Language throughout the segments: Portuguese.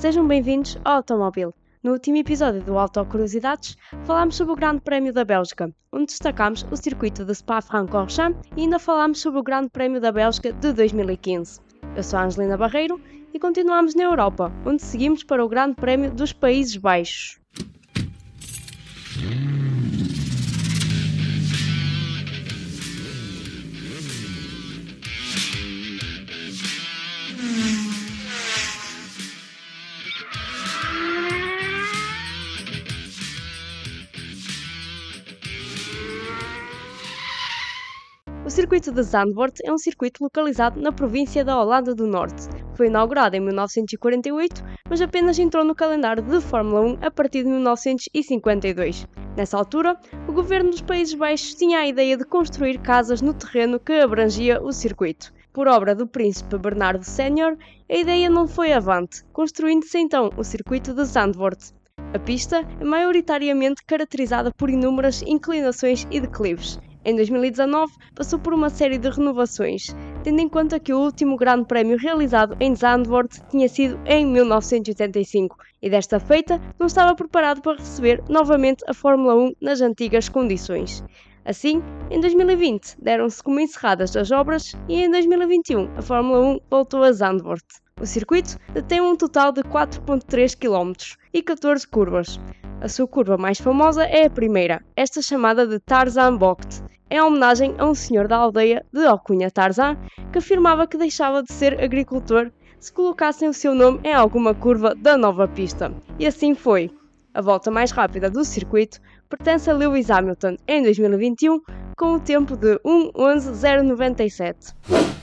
Sejam bem-vindos ao Automóvel. No último episódio do Autocuriosidades, falámos sobre o Grande Prémio da Bélgica, onde destacámos o circuito de Spa-Francorchamps e ainda falámos sobre o Grande Prémio da Bélgica de 2015. Eu sou a Angelina Barreiro e continuamos na Europa, onde seguimos para o Grande Prémio dos Países Baixos. O circuito de Zandvoort é um circuito localizado na província da Holanda do Norte. Foi inaugurado em 1948, mas apenas entrou no calendário de Fórmula 1 a partir de 1952. Nessa altura, o governo dos Países Baixos tinha a ideia de construir casas no terreno que abrangia o circuito. Por obra do príncipe Bernardo Sênior, a ideia não foi avante, construindo-se então o circuito de Zandvoort. A pista é maioritariamente caracterizada por inúmeras inclinações e declives. Em 2019, passou por uma série de renovações, tendo em conta que o último grande prémio realizado em Zandvoort tinha sido em 1985, e desta feita não estava preparado para receber novamente a Fórmula 1 nas antigas condições. Assim, em 2020 deram-se como encerradas as obras e em 2021 a Fórmula 1 voltou a Zandvoort. O circuito tem um total de 4,3 km e 14 curvas. A sua curva mais famosa é a primeira, esta chamada de Tarzan Bocht. É homenagem a um senhor da aldeia de alcunha Tarzan que afirmava que deixava de ser agricultor se colocassem o seu nome em alguma curva da nova pista. E assim foi. A volta mais rápida do circuito pertence a Lewis Hamilton em 2021 com o tempo de 1:11.097.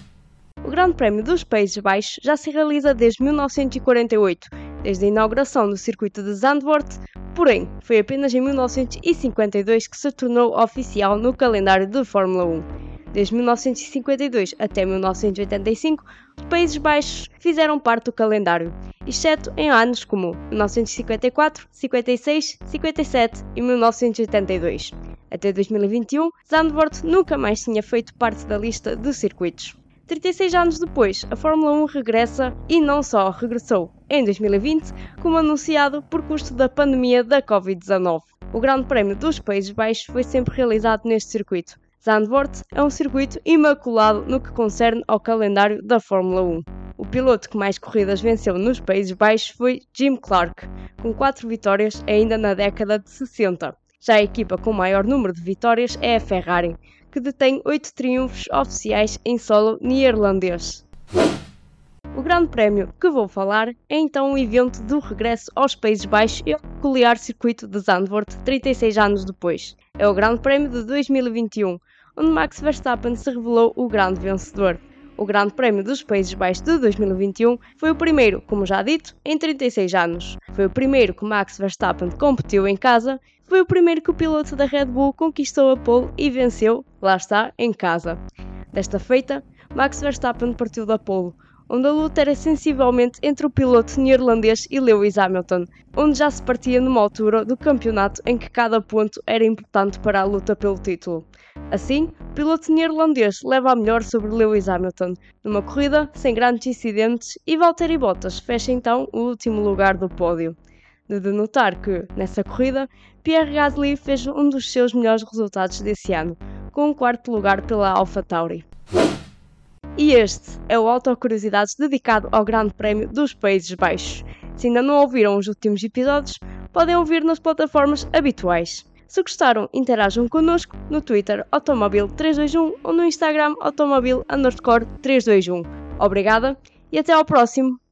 O Grande Prémio dos Países Baixos já se realiza desde 1948, desde a inauguração do circuito de Zandvoort. Porém, foi apenas em 1952 que se tornou oficial no calendário de Fórmula 1. Desde 1952 até 1985, os Países Baixos fizeram parte do calendário, exceto em anos como 1954, 56, 57 e 1982. Até 2021, Zandvoort nunca mais tinha feito parte da lista de circuitos. 36 anos depois, a Fórmula 1 regressa e não só regressou em 2020, como anunciado por custo da pandemia da Covid-19. O Grande Prémio dos Países Baixos foi sempre realizado neste circuito. Zandvoort é um circuito imaculado no que concerne ao calendário da Fórmula 1. O piloto que mais corridas venceu nos Países Baixos foi Jim Clark, com 4 vitórias ainda na década de 60. Já a equipa com maior número de vitórias é a Ferrari, que detém 8 triunfos oficiais em solo neerlandês. O Grande Prémio que vou falar é então um evento do regresso aos Países Baixos e ao peculiar circuito de Zandvoort 36 anos depois. É o Grande Prémio de 2021, onde Max Verstappen se revelou o grande vencedor. O Grande Prémio dos Países Baixos de 2021 foi o primeiro, como já dito, em 36 anos. Foi o primeiro que Max Verstappen competiu em casa, foi o primeiro que o piloto da Red Bull conquistou a pole e venceu, lá está, em casa. Desta feita, Max Verstappen partiu da pole, onde a luta era sensivelmente entre o piloto neerlandês e Lewis Hamilton, onde já se partia numa altura do campeonato em que cada ponto era importante para a luta pelo título. Assim, o piloto neerlandês leva a melhor sobre Lewis Hamilton, numa corrida sem grandes incidentes, e Valtteri Bottas fecha então o último lugar do pódio. De notar que, nessa corrida, Pierre Gasly fez um dos seus melhores resultados desse ano, com um 4º lugar pela AlphaTauri. E este é o Autocuriosidades dedicado ao Grande Prémio dos Países Baixos. Se ainda não ouviram os últimos episódios, podem ouvir nas plataformas habituais. Se gostaram, interajam connosco no Twitter Automobil321 ou no Instagram Automobil_321. Obrigada e até ao próximo!